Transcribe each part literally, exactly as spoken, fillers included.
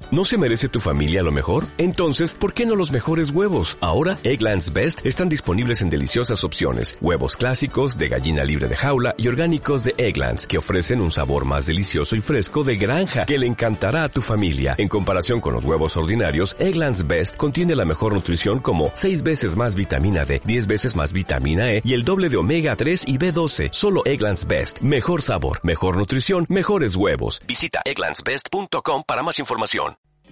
¿No se merece tu familia lo mejor? Entonces, ¿por qué no los mejores huevos? Ahora, Eggland's Best están disponibles en deliciosas opciones. Huevos clásicos, de gallina libre de jaula y orgánicos de Eggland's, que ofrecen un sabor más delicioso y fresco de granja que le encantará a tu familia. En comparación con los huevos ordinarios, Eggland's Best contiene la mejor nutrición como seis veces más vitamina D, diez veces más vitamina E y el doble de omega tres y B doce. Solo Eggland's Best. Mejor sabor, mejor nutrición, mejores huevos. Visita egglands best punto com para más información.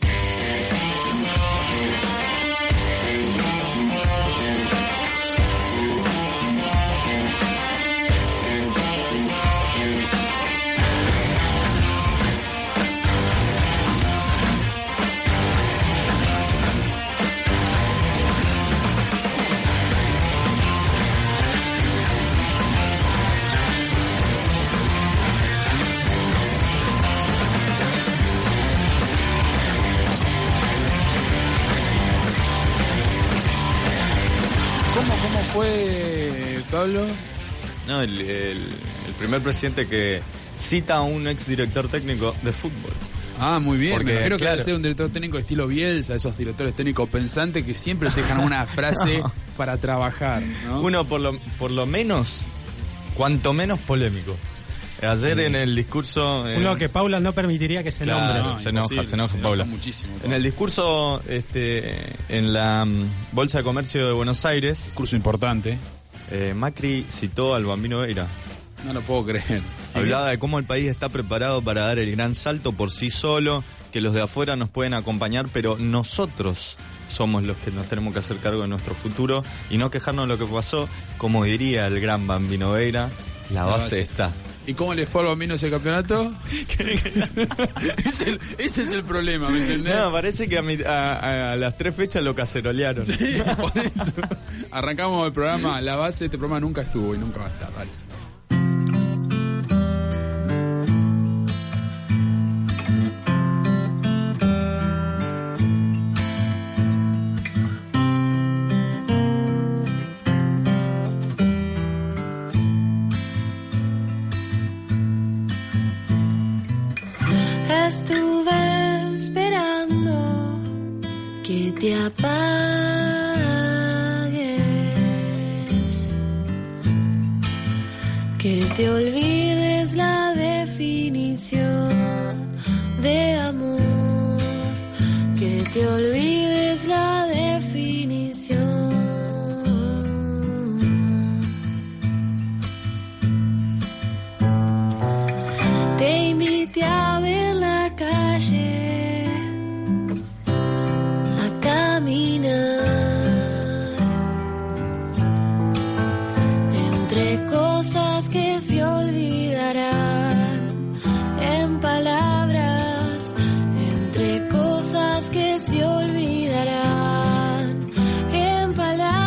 ¿Cómo fue, Pablo? No, el, el, el primer presidente que cita a un ex director técnico de fútbol. Ah, muy bien. Porque, me imagino que claro, debe ser un director técnico de estilo Bielsa, esos directores técnicos pensantes que siempre te dejan una frase no. para trabajar, ¿no? Uno por lo, por lo menos, cuanto menos polémico. Ayer sí. en el discurso... Eh, Uno que Paula no permitiría que se claro, nombre. No, se enoja, se enoja se Paula. Enoja muchísimo, en el discurso este, en la um, Bolsa de Comercio de Buenos Aires... Discurso importante. Eh, Macri citó al Bambino Veira. No lo puedo creer. Hablaba de cómo el país está preparado para dar el gran salto por sí solo, que los de afuera nos pueden acompañar, pero nosotros somos los que nos tenemos que hacer cargo de nuestro futuro y no quejarnos de lo que pasó. Como diría el gran Bambino Veira, la, la base, base está. ¿Y cómo les fue al Bambino ese campeonato? ese, ese es el problema, ¿me entendés? No, parece que a, mi, a, a las tres fechas lo cacerolearon. Sí, por eso. Arrancamos el programa, la base de este programa nunca estuvo y nunca va a estar, dale. Estuve esperando que te apagues, que te olvides la definición de amor, que te olvides la definición. Te invité a ver la calle, a caminar entre cosas que se olvidarán, en palabras, entre cosas que se olvidarán, en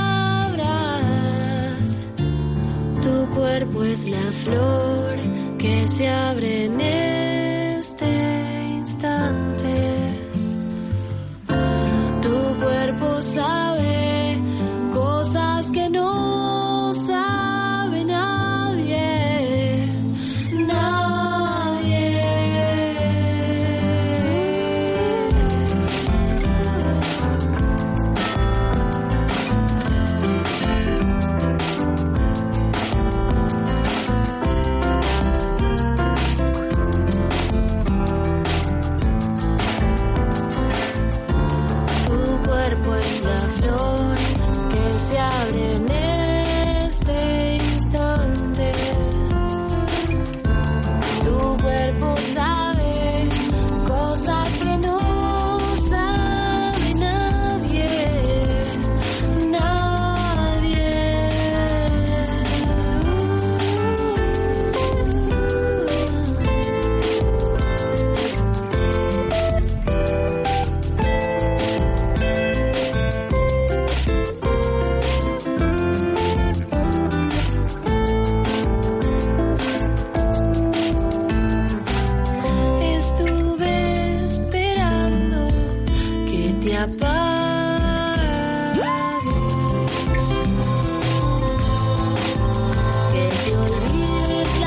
palabras. Tu cuerpo es la flor que se abre en este instante. Tu cuerpo sabe cosas que no sabe nadie, nadie.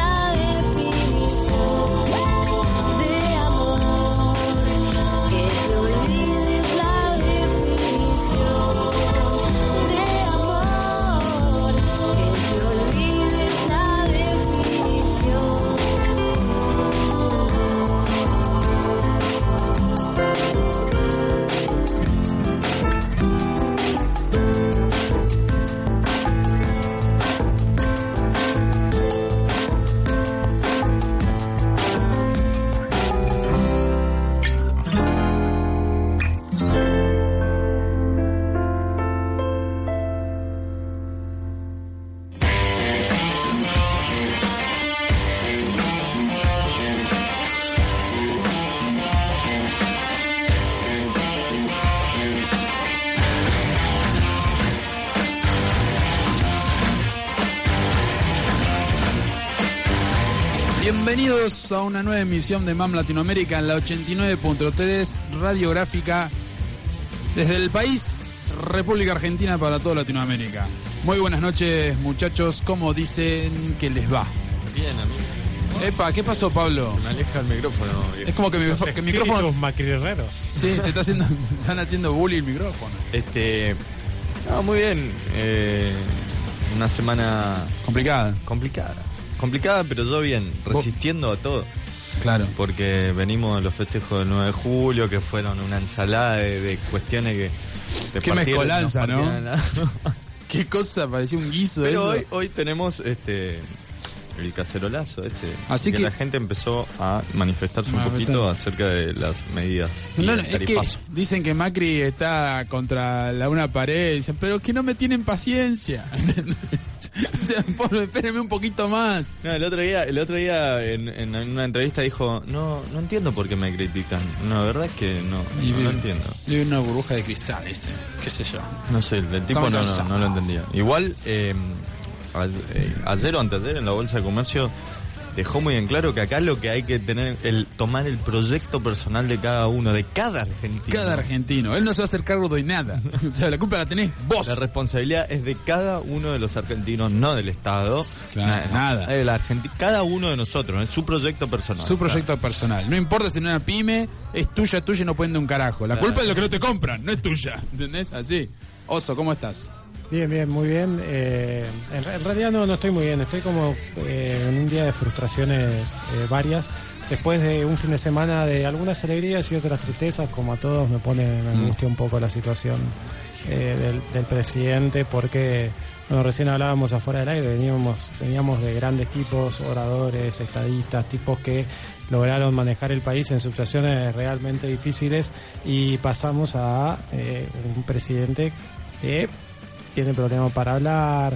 Que Bienvenidos a una nueva emisión de MAM Latinoamérica en la ochenta y nueve punto tres radiográfica desde el país República Argentina para toda Latinoamérica. Muy buenas noches, muchachos. ¿Cómo dicen que les va? Bien, amigo. Epa, ¿qué pasó, Pablo? Me aleja el micrófono. Viejo. Es como que mi, Los que el micrófono... espíritus macrireros. Sí, te está haciendo, están haciendo bullying el micrófono. Este... No, muy bien. Eh, una semana... Complicada. Complicada. Complicada, pero yo bien. Resistiendo a todo. Claro. Porque venimos de los festejos del nueve de julio, que fueron una ensalada de, de cuestiones que... te Qué partieron, mezcolanza, nos ¿no? partieron la- Qué cosa, parecía un guiso. Pero eso. hoy, hoy tenemos este el cacerolazo este. Así que, que- la gente empezó a manifestarse un Manifestarse. poquito acerca de las medidas y No, el no, es que tarifazo. dicen que Macri está contra la, una pared, dicen, pero que no me tienen paciencia. O sea, pobre, espérenme un poquito más. No, el otro día, el otro día en, en una entrevista dijo, no, no entiendo por qué me critican. No, la verdad es que no, Y no, vive- no entiendo. Vive una burbuja de cristal, ese, qué sé yo. No sé, el tipo Estamos no, no, cansados. no lo entendía. Igual, eh, a- eh, ayer o anteayer en la Bolsa de Comercio dejó muy en claro que acá lo que hay que tener, el tomar el proyecto personal de cada uno, de cada argentino. Cada argentino, él no se va a hacer cargo de nada. O sea, la culpa la tenés vos. La responsabilidad es de cada uno de los argentinos, no del Estado. Claro, nada. Es de la Argenti- cada uno de nosotros, es su proyecto personal. Su proyecto personal. No importa si no es una pyme, es tuya, tuya y no pueden de un carajo. La Claro. culpa es de lo que no te compran, no es tuya. ¿Entendés? Así. Oso, ¿cómo estás? Bien, bien, muy bien. Eh, en, en realidad no, no estoy muy bien. Estoy como eh, en un día de frustraciones eh, varias. Después de un fin de semana de algunas alegrías y otras tristezas, como a todos me pone, me angustia un poco la situación eh, del, del presidente, porque, bueno, recién hablábamos afuera del aire, veníamos, veníamos de grandes tipos, oradores, estadistas, tipos que lograron manejar el país en situaciones realmente difíciles, y pasamos a eh, un presidente que tiene problemas para hablar,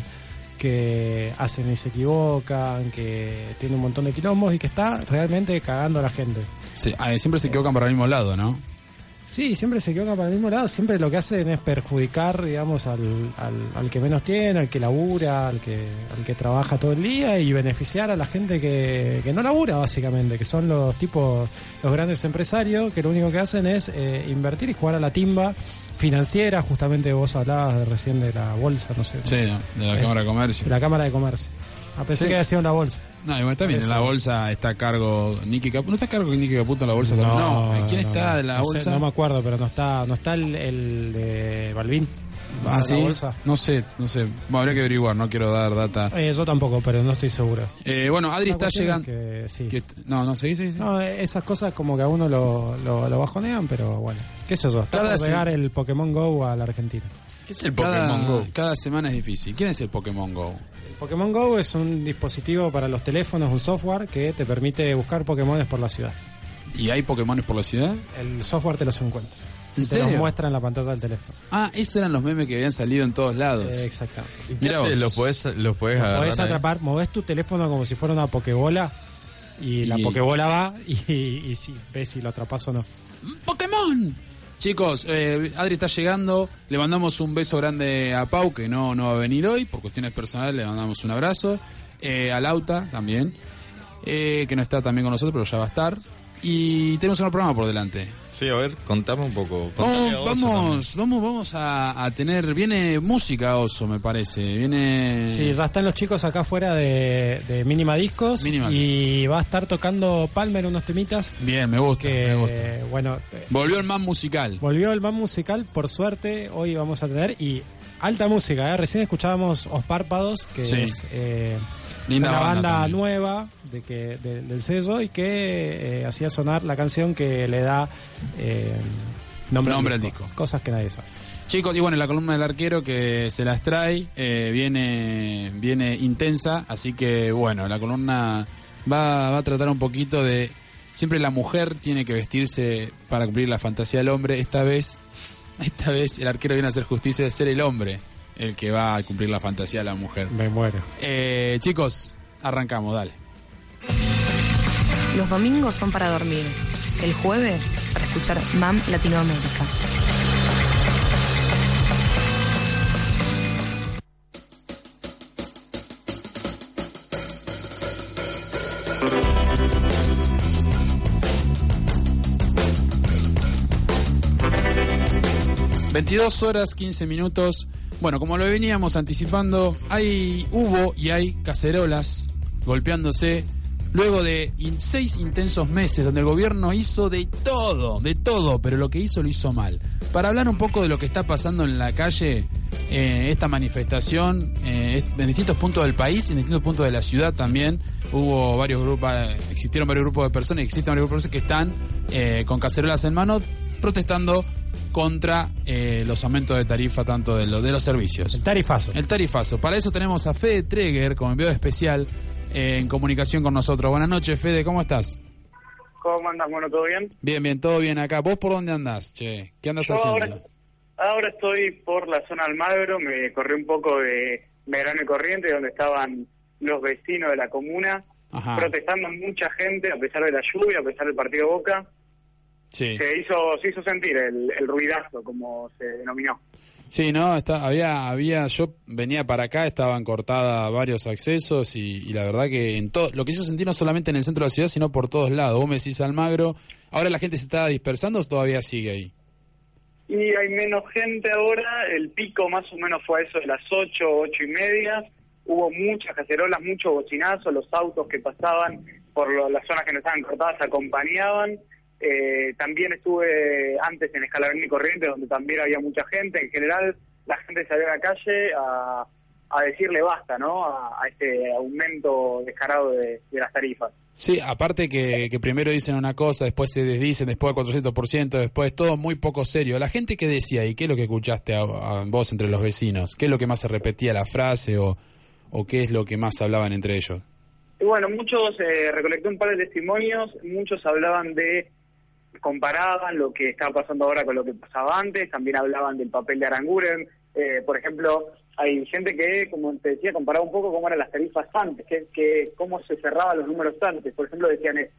que hacen y se equivocan, que tiene un montón de quilombos y que está realmente cagando a la gente. Sí, ah, siempre se equivocan para el mismo lado, ¿no? Sí, siempre se equivocan para el mismo lado, siempre lo que hacen es perjudicar, digamos, al, al, al que menos tiene, al que labura, al que, al que trabaja todo el día, y beneficiar a la gente que, que no labura, básicamente, que son los tipos, los grandes empresarios, que lo único que hacen es eh, invertir y jugar a la timba financiera. Justamente vos hablabas de, recién de la bolsa, no sé. Sí, ¿no? De la Eh, Cámara de Comercio. De la Cámara de Comercio. Ah, pensé Sí. que había sido la bolsa. No, igual está bien, en Eso. la bolsa está a cargo Nicky Caputo. ¿No está a cargo que Nicky Caputo en la bolsa también? No, ¿quién no, está no. de la No sé, bolsa? no me acuerdo, pero no está, no está el, el de Balvin. Ah, ¿De sí. la bolsa? No sé, no sé. Bueno, habría que averiguar, no quiero dar data. Eh, yo tampoco, pero no estoy seguro. Eh, bueno, Adri La está cuestión llegando. es que sí. que- No, no, seguí, seguí. seguí. No, esas cosas como que a uno lo, lo, lo bajonean, pero bueno. ¿Qué sé yo? Está Cada por se- llegar el Pokémon Go a la Argentina. ¿Qué es el cada, Pokémon Go? cada semana es difícil. ¿Quién es el Pokémon Go? El Pokémon Go es un dispositivo para los teléfonos, un software que te permite buscar Pokémones por la ciudad. ¿Y hay Pokémones por la ciudad? El software te los encuentra. ¿En Y te serio? los muestra en la pantalla del teléfono. Ah, esos eran los memes que habían salido en todos lados. Eh, exactamente. ¿Qué Mirá haces? vos. Los podés, los podés Lo agarrar. podés ahí. atrapar, movés tu teléfono como si fuera una Pokébola, y, la Y- Pokébola va y, y, si ves si lo atrapas o no. ¡Pokémon! Chicos, eh, Adri está llegando. Le mandamos un beso grande a Pau, que no, no va a venir hoy. Por cuestiones personales le mandamos un abrazo. Eh, a Lauta también, eh, que no está también con nosotros, pero ya va a estar. Y tenemos un programa por delante. Sí, a ver, contame un poco. Contame a Vamos, vos, también. vamos, vamos, vamos a, a tener... Viene música, Oso, me parece. Viene... Sí, ya están los chicos acá afuera de, de Mínima Discos, Mínima. y va a estar tocando Palmer unos temitas Bien, me gusta, me gusta. que, bueno, eh, Volvió el man musical. volvió el man musical, por suerte, hoy vamos a tener, y alta música, ¿eh? Recién escuchábamos Os Párpados, que Sí. es eh, Linda una banda banda, también. nueva de que de- del sello, y que eh, hacía sonar la canción que le da eh, nombre, Nombre al, al disco. disco. Cosas que nadie sabe. Chicos, y bueno, la columna del arquero que se las trae, eh, viene, viene intensa, así que bueno, la columna va, va a tratar un poquito de... Siempre la mujer tiene que vestirse para cumplir la fantasía del hombre. Esta vez, esta vez el arquero viene a hacer justicia de ser el hombre el que va a cumplir la fantasía de la mujer. Me muero. Eh, chicos, arrancamos, dale. Los domingos son para dormir. El jueves, para escuchar MAM Latinoamérica. veintidós horas, quince minutos. Bueno, como lo veníamos anticipando, hay hubo y hay cacerolas golpeándose luego de in, seis intensos meses donde el gobierno hizo de todo, de todo, pero lo que hizo lo hizo mal. Para hablar un poco de lo que está pasando en la calle, eh, esta manifestación, eh, en distintos puntos del país, en distintos puntos de la ciudad también, hubo varios grupos, existieron varios grupos de personas, y existen varios grupos de personas que están eh, con cacerolas en mano protestando contra eh, los aumentos de tarifa tanto de, lo, de los servicios. El tarifazo. El tarifazo. Para eso tenemos a Fede Treger como enviado especial eh, en comunicación con nosotros. Buenas noches, Fede, ¿cómo estás? ¿Cómo andas? Bueno, ¿todo bien? Bien, bien, todo bien acá. ¿Vos por dónde andás, che? ¿Qué andas Yo haciendo? Ahora, ahora estoy por la zona Almagro, me corrí un poco de Medrano y Corrientes, donde estaban los vecinos de la comuna, Ajá. protestando mucha gente, a pesar de la lluvia, a pesar del partido Boca. Sí. Se hizo, se hizo sentir el, el ruidazo, como se denominó. Sí, no, está, había, había, yo venía para acá, estaban cortadas varios accesos y, y la verdad que en todo, lo que hizo sentir no solamente en el centro de la ciudad, sino por todos lados. Vos me decís Almagro, ahora la gente se está dispersando o todavía sigue ahí. Y hay menos gente ahora, el pico más o menos fue a eso de las ocho, ocho y media. Hubo muchas cacerolas, muchos bocinazos, los autos que pasaban por lo, las zonas que no estaban cortadas acompañaban. Eh, también estuve antes en Escalabrini y Corrientes, donde también había mucha gente. En general, la gente salió a la calle a, a decirle basta, ¿no? A, a este aumento descarado de, de las tarifas. Sí, aparte que, que primero dicen una cosa, después se desdicen, después al cuatrocientos por ciento, después todo muy poco serio. La gente que decía, ¿y qué es lo que escuchaste a, a vos entre los vecinos? ¿Qué es lo que más se repetía la frase o, o qué es lo que más hablaban entre ellos? Y bueno, muchos, eh, recolecté un par de testimonios, muchos hablaban de... comparaban lo que estaba pasando ahora con lo que pasaba antes, también hablaban del papel de Aranguren, eh, por ejemplo, hay gente que, como te decía, comparaba un poco cómo eran las tarifas antes, que, que cómo se cerraban los números antes, por ejemplo decían esto.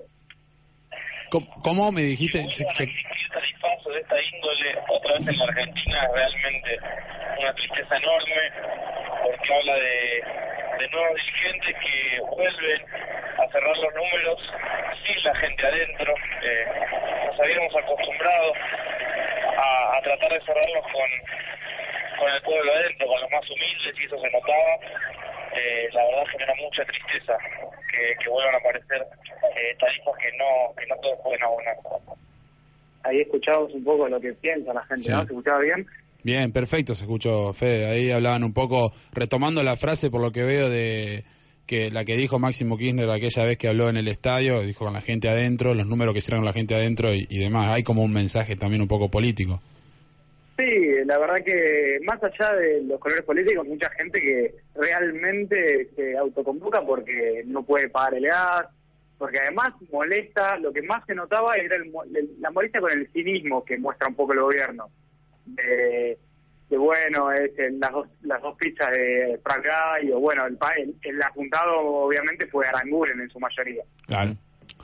¿Cómo, cómo me dijiste? Se, se... El tarifazo de esta índole, otra vez en la Argentina, es realmente una tristeza enorme, porque habla de, de nuevos dirigentes que vuelven a cerrar los números sin la gente adentro. Eh, nos habíamos acostumbrado a, a tratar de cerrarlos con, con el pueblo adentro, con los más humildes, y eso se notaba. Eh, la verdad genera mucha tristeza que, que vuelvan a aparecer eh, tarifas que no, que no todos pueden abonar. Ahí escuchábamos un poco lo que piensa la gente, sí. ¿No? ¿Se escuchaba bien? Bien, perfecto, se escuchó, Fede. Ahí hablaban un poco, retomando la frase por lo que veo de que la que dijo Máximo Kirchner aquella vez que habló en el estadio, dijo con la gente adentro, los números que cierran con la gente adentro y, y demás. Hay como un mensaje también un poco político. Sí, la verdad que más allá de los colores políticos, mucha gente que realmente se autoconvoca porque no puede pagar el gas, porque además molesta, lo que más se notaba era el, el, la molestia con el cinismo que muestra un poco el gobierno. De, de bueno, es el, las, dos, las dos pizzas de Prat-Gay, o bueno, el, el, el apuntado obviamente fue Aranguren en su mayoría. Claro.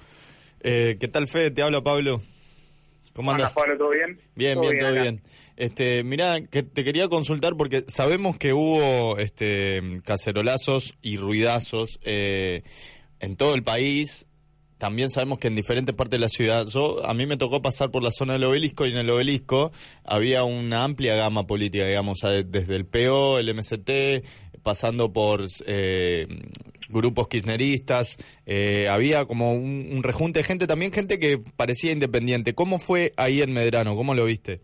Eh, ¿Qué tal, Fede? Te habla Pablo. ¿Cómo andas? Pablo, ¿todo bien? Bien, todo bien, bien, todo acá. bien. Este, mirá, que te quería consultar porque sabemos que hubo este cacerolazos y ruidazos eh, en todo el país. También sabemos que en diferentes partes de la ciudad. Yo, a mí me tocó pasar por la zona del Obelisco y en el Obelisco había una amplia gama política, digamos, desde el P O, el M S T, pasando por eh, grupos kirchneristas. Eh, había como un, un rejunte de gente, también gente que parecía independiente. ¿Cómo fue ahí en Medrano? ¿Cómo lo viste?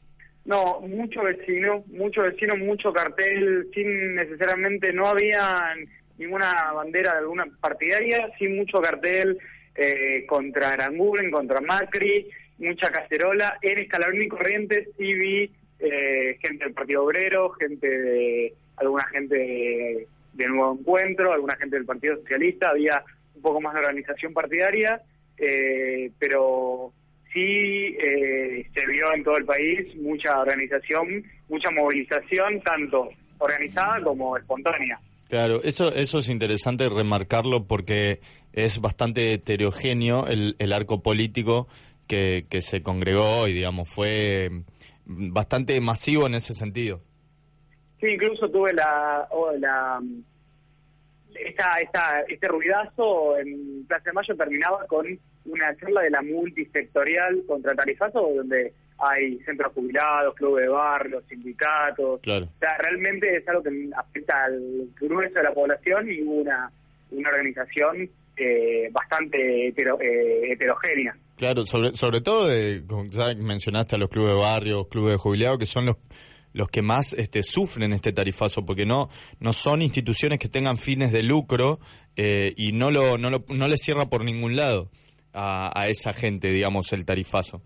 No, mucho vecino, mucho vecino, mucho cartel, sin necesariamente, no había ninguna bandera de alguna partidaria, sin mucho cartel eh, contra Aranguren, contra Macri, mucha cacerola. En Escalabrini y Corrientes sí vi eh, gente del Partido Obrero, gente de, alguna gente de, de Nuevo Encuentro, alguna gente del Partido Socialista, había un poco más de organización partidaria, eh, pero sí eh, se vio en todo el país mucha organización, mucha movilización, tanto organizada como espontánea. Claro, eso eso es interesante remarcarlo porque es bastante heterogéneo el, el arco político que, que se congregó y, digamos, fue bastante masivo en ese sentido. Sí, incluso tuve la... Oh, la esta, esta, este ruidazo en Plaza de Mayo terminaba con una charla de la multisectorial contra el tarifazo, donde hay centros jubilados, clubes de barrios, sindicatos. Claro. O sea, realmente es algo que afecta al grueso de la población y hubo una, una organización eh, bastante hetero, eh, heterogénea. Claro, sobre, sobre todo, eh, como ya mencionaste a los clubes de barrios, clubes de jubilados, que son los los que más este, sufren este tarifazo, porque no no son instituciones que tengan fines de lucro eh, y no lo no lo no les cierra por ningún lado a, a esa gente, digamos, el tarifazo.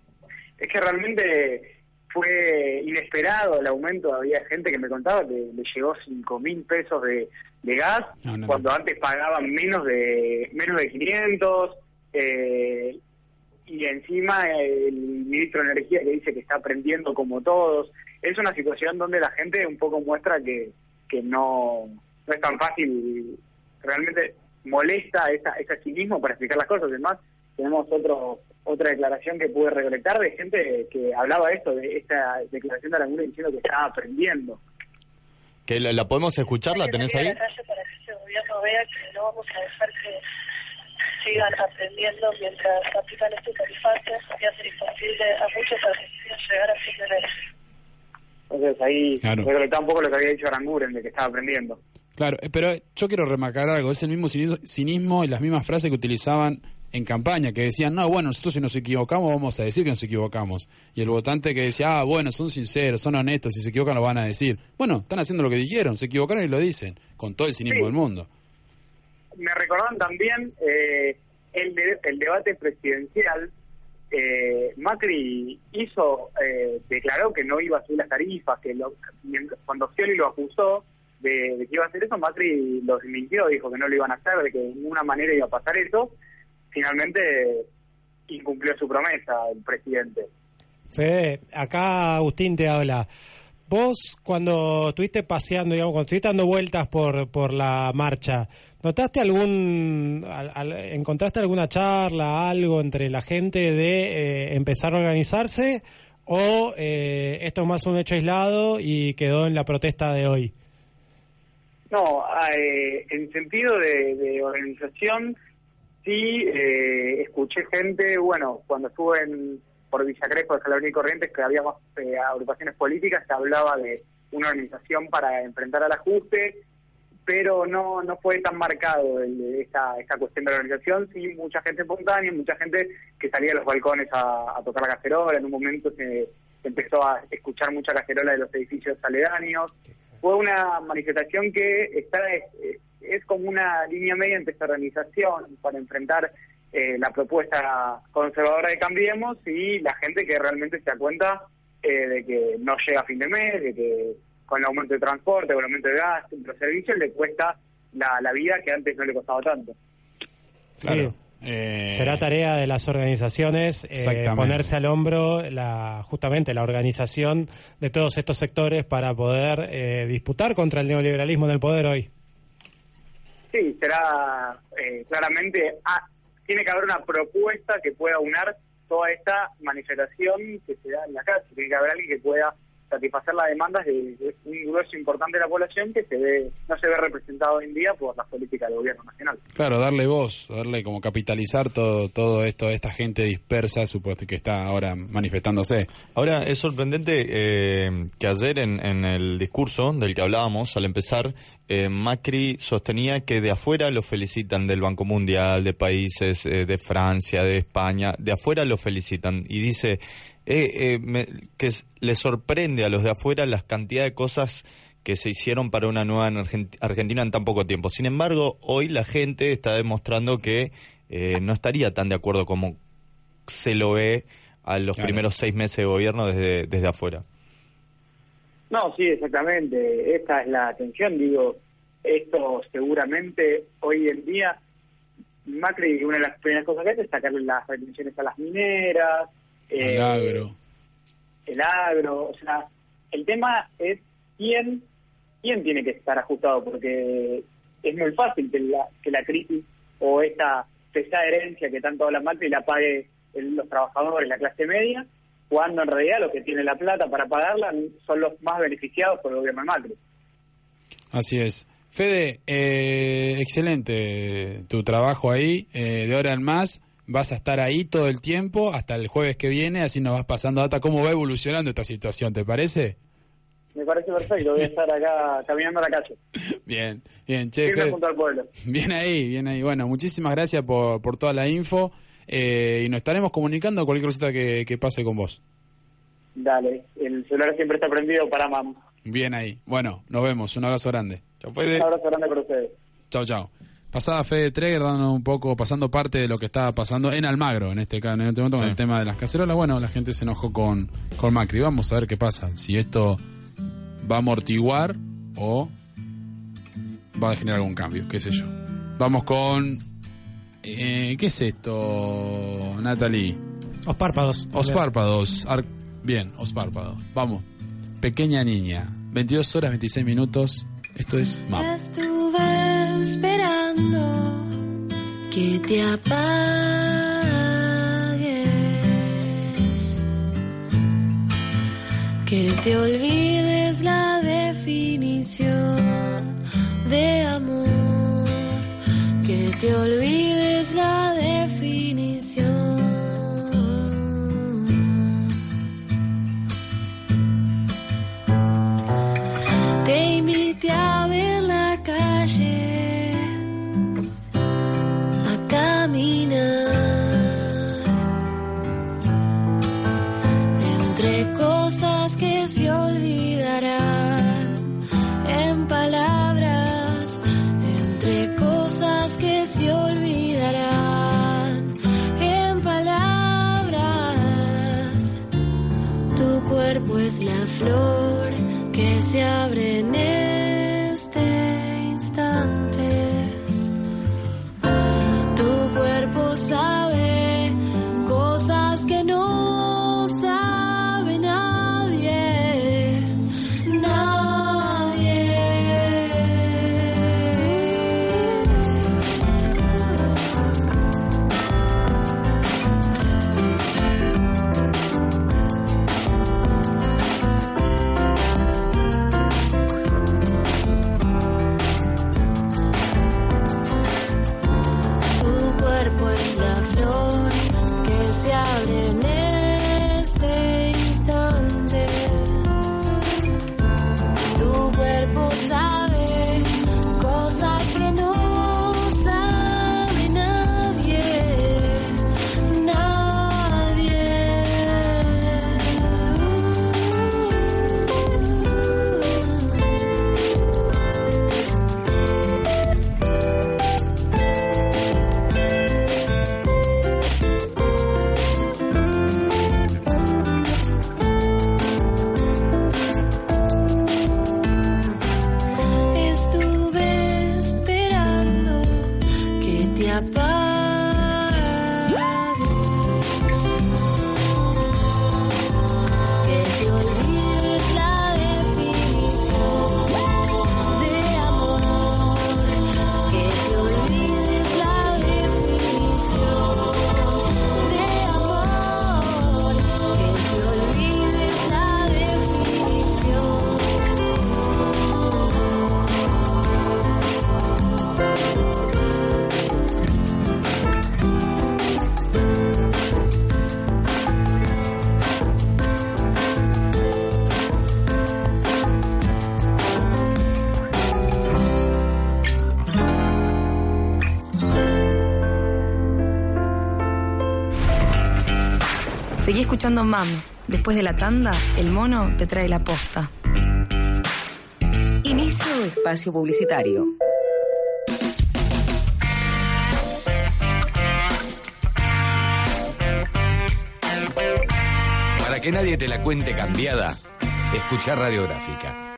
Es que realmente fue inesperado el aumento. Había gente que me contaba que le llegó cinco mil pesos de, de gas, no, no, cuando no. antes pagaban menos de menos de quinientos. Eh, y encima el ministro de Energía que dice que está aprendiendo como todos. Es una situación donde la gente un poco muestra que, que no, no es tan fácil, realmente molesta esa, ese cinismo para explicar las cosas. Además, tenemos otro otra declaración que pude recolectar de gente que hablaba esto, de esta declaración de Aranguren diciendo que estaba aprendiendo. ¿Que la, la podemos escuchar? ¿La tenés ahí? Para que este gobierno vea que no vamos a dejar que sigan aprendiendo mientras aplican este tarifazo y hacen imposible a muchos argentinos llegar a fin de mes. Entonces ahí claro. recolectaba un poco lo que había dicho Aranguren, de que estaba aprendiendo. Claro, pero yo quiero remarcar algo, es el mismo cinismo y las mismas frases que utilizaban en campaña, que decían, no, bueno, nosotros si nos equivocamos vamos a decir que nos equivocamos. Y el votante que decía, ah, bueno, son sinceros, son honestos, si se equivocan lo van a decir. Bueno, están haciendo lo que dijeron, se equivocaron y lo dicen, con todo el cinismo sí. del mundo. Me recordaron también eh, el, de, el debate presidencial. Eh, Macri hizo, eh, declaró que no iba a subir las tarifas, que lo, cuando Scioli lo acusó de, de que iba a hacer eso, Macri lo desmintió, dijo que no lo iban a hacer, de que de ninguna manera iba a pasar eso. Finalmente incumplió su promesa el presidente. Fede, acá Agustín te habla. Vos, cuando estuviste paseando, digamos, cuando estuviste dando vueltas por por la marcha, ¿notaste algún, al, al, encontraste alguna charla, algo entre la gente de eh, empezar a organizarse o eh, esto es más un hecho aislado y quedó en la protesta de hoy? No, eh, en sentido de, de organización, sí, eh, escuché gente, bueno, cuando estuve en por Villa Crespo, de Scalabrini y Corrientes, que había más eh, agrupaciones políticas, se hablaba de una organización para enfrentar al ajuste, pero no no fue tan marcado el, esta, esta cuestión de la organización. Sí, mucha gente espontánea, mucha gente que salía a los balcones a, a tocar la cacerola. En un momento se, se empezó a escuchar mucha cacerola de los edificios aledaños. Fue una manifestación que está es, es como una línea media entre esta organización para enfrentar Eh, la propuesta conservadora de Cambiemos y la gente que realmente se da cuenta eh, de que no llega a fin de mes, de que con el aumento de transporte, con el aumento de gas, los servicios le cuesta la, la vida que antes no le costaba tanto. Claro. Sí. Eh... Será tarea de las organizaciones eh, ponerse al hombro la justamente la organización de todos estos sectores para poder eh, disputar contra el neoliberalismo en el poder hoy. Sí, será eh, claramente... Ah, tiene que haber una propuesta que pueda unar toda esta manifestación que se da en la calle. Tiene que haber alguien que pueda satisfacer las demandas de, de un grueso importante de la población que se ve no se ve representado hoy en día por las políticas del gobierno nacional. Claro, darle voz, darle como capitalizar todo todo esto, esta gente dispersa supuesto que está ahora manifestándose. Ahora, es sorprendente eh, que ayer en, en el discurso del que hablábamos al empezar, eh, Macri sostenía que de afuera lo felicitan, del Banco Mundial, de países eh, de Francia, de España, de afuera lo felicitan y dice eh, eh, me, que le sorprende a los de afuera las cantidades de cosas que se hicieron para una nueva Argentina en tan poco tiempo. Sin embargo, hoy la gente está demostrando que eh, no estaría tan de acuerdo como se lo ve a los claro. primeros seis meses de gobierno desde, desde afuera. No, sí, exactamente. Esta es la atención. Digo, esto seguramente hoy en día, Macri, una de las primeras cosas que hace es sacarle las retenciones a las mineras, el eh, agro. El agro, o sea, el tema es quién quién tiene que estar ajustado, porque es muy fácil que la, que la crisis o esta pesada herencia que tanto habla Macri la pague el, los trabajadores, la clase media, cuando en realidad los que tienen la plata para pagarla son los más beneficiados por el gobierno de Macri. Así es. Fede, eh, excelente tu trabajo ahí, eh, de ahora en más. vas a estar ahí todo el tiempo hasta el jueves que viene, así nos vas pasando data cómo va evolucionando esta situación, ¿te parece? Me parece perfecto, voy a estar acá caminando a la calle. Bien, bien, che. Firme junto al pueblo. Bien ahí, bien ahí. Bueno, muchísimas gracias por, por toda la info eh, y nos estaremos comunicando cualquier cosita que, que pase con vos. Dale, el celular siempre está prendido para mam. Bien ahí. Bueno, nos vemos. Un abrazo grande. Chau, Un abrazo grande para ustedes. Chau, chau. Pasada Fede Treger dando un poco, pasando parte de lo que estaba pasando en Almagro, en este caso, en este momento, sí, con el tema de las cacerolas. Bueno, la gente se enojó con, con Macri. Vamos a ver qué pasa. Si esto va a amortiguar o va a generar algún cambio, qué sé yo. Vamos con... Eh, ¿Qué es esto, Natalie? Ospárpados. Ospárpados. Ar- Bien, Ospárpados. Vamos. Pequeña niña. veintidós horas, veintiséis minutos. Esto es M A M. Estuve esperando que te apagues, que te olvides la definición de amor, que te olvides la definición. Te invité a ver la calle, a caminar entre cosas que se olvidarán, en palabras, entre cosas que se olvidarán, en palabras. Tu cuerpo es la flor que se abre en este instante. Tu cuerpo sabe cosas que no sabe nadie, nadie. Pues la flor que se abre en este instante. Tu cuerpo sabe cosas que no sabe nadie, nadie. Estuve esperando que te apagues, que te olvides la definición de amor, que te olvides la definición de amor, que te olvides la definición. Seguí escuchando M A M. Después de la tanda, el mono te trae la posta. Inicio de espacio publicitario. Para que nadie te la cuente cambiada, escuchá Radiográfica.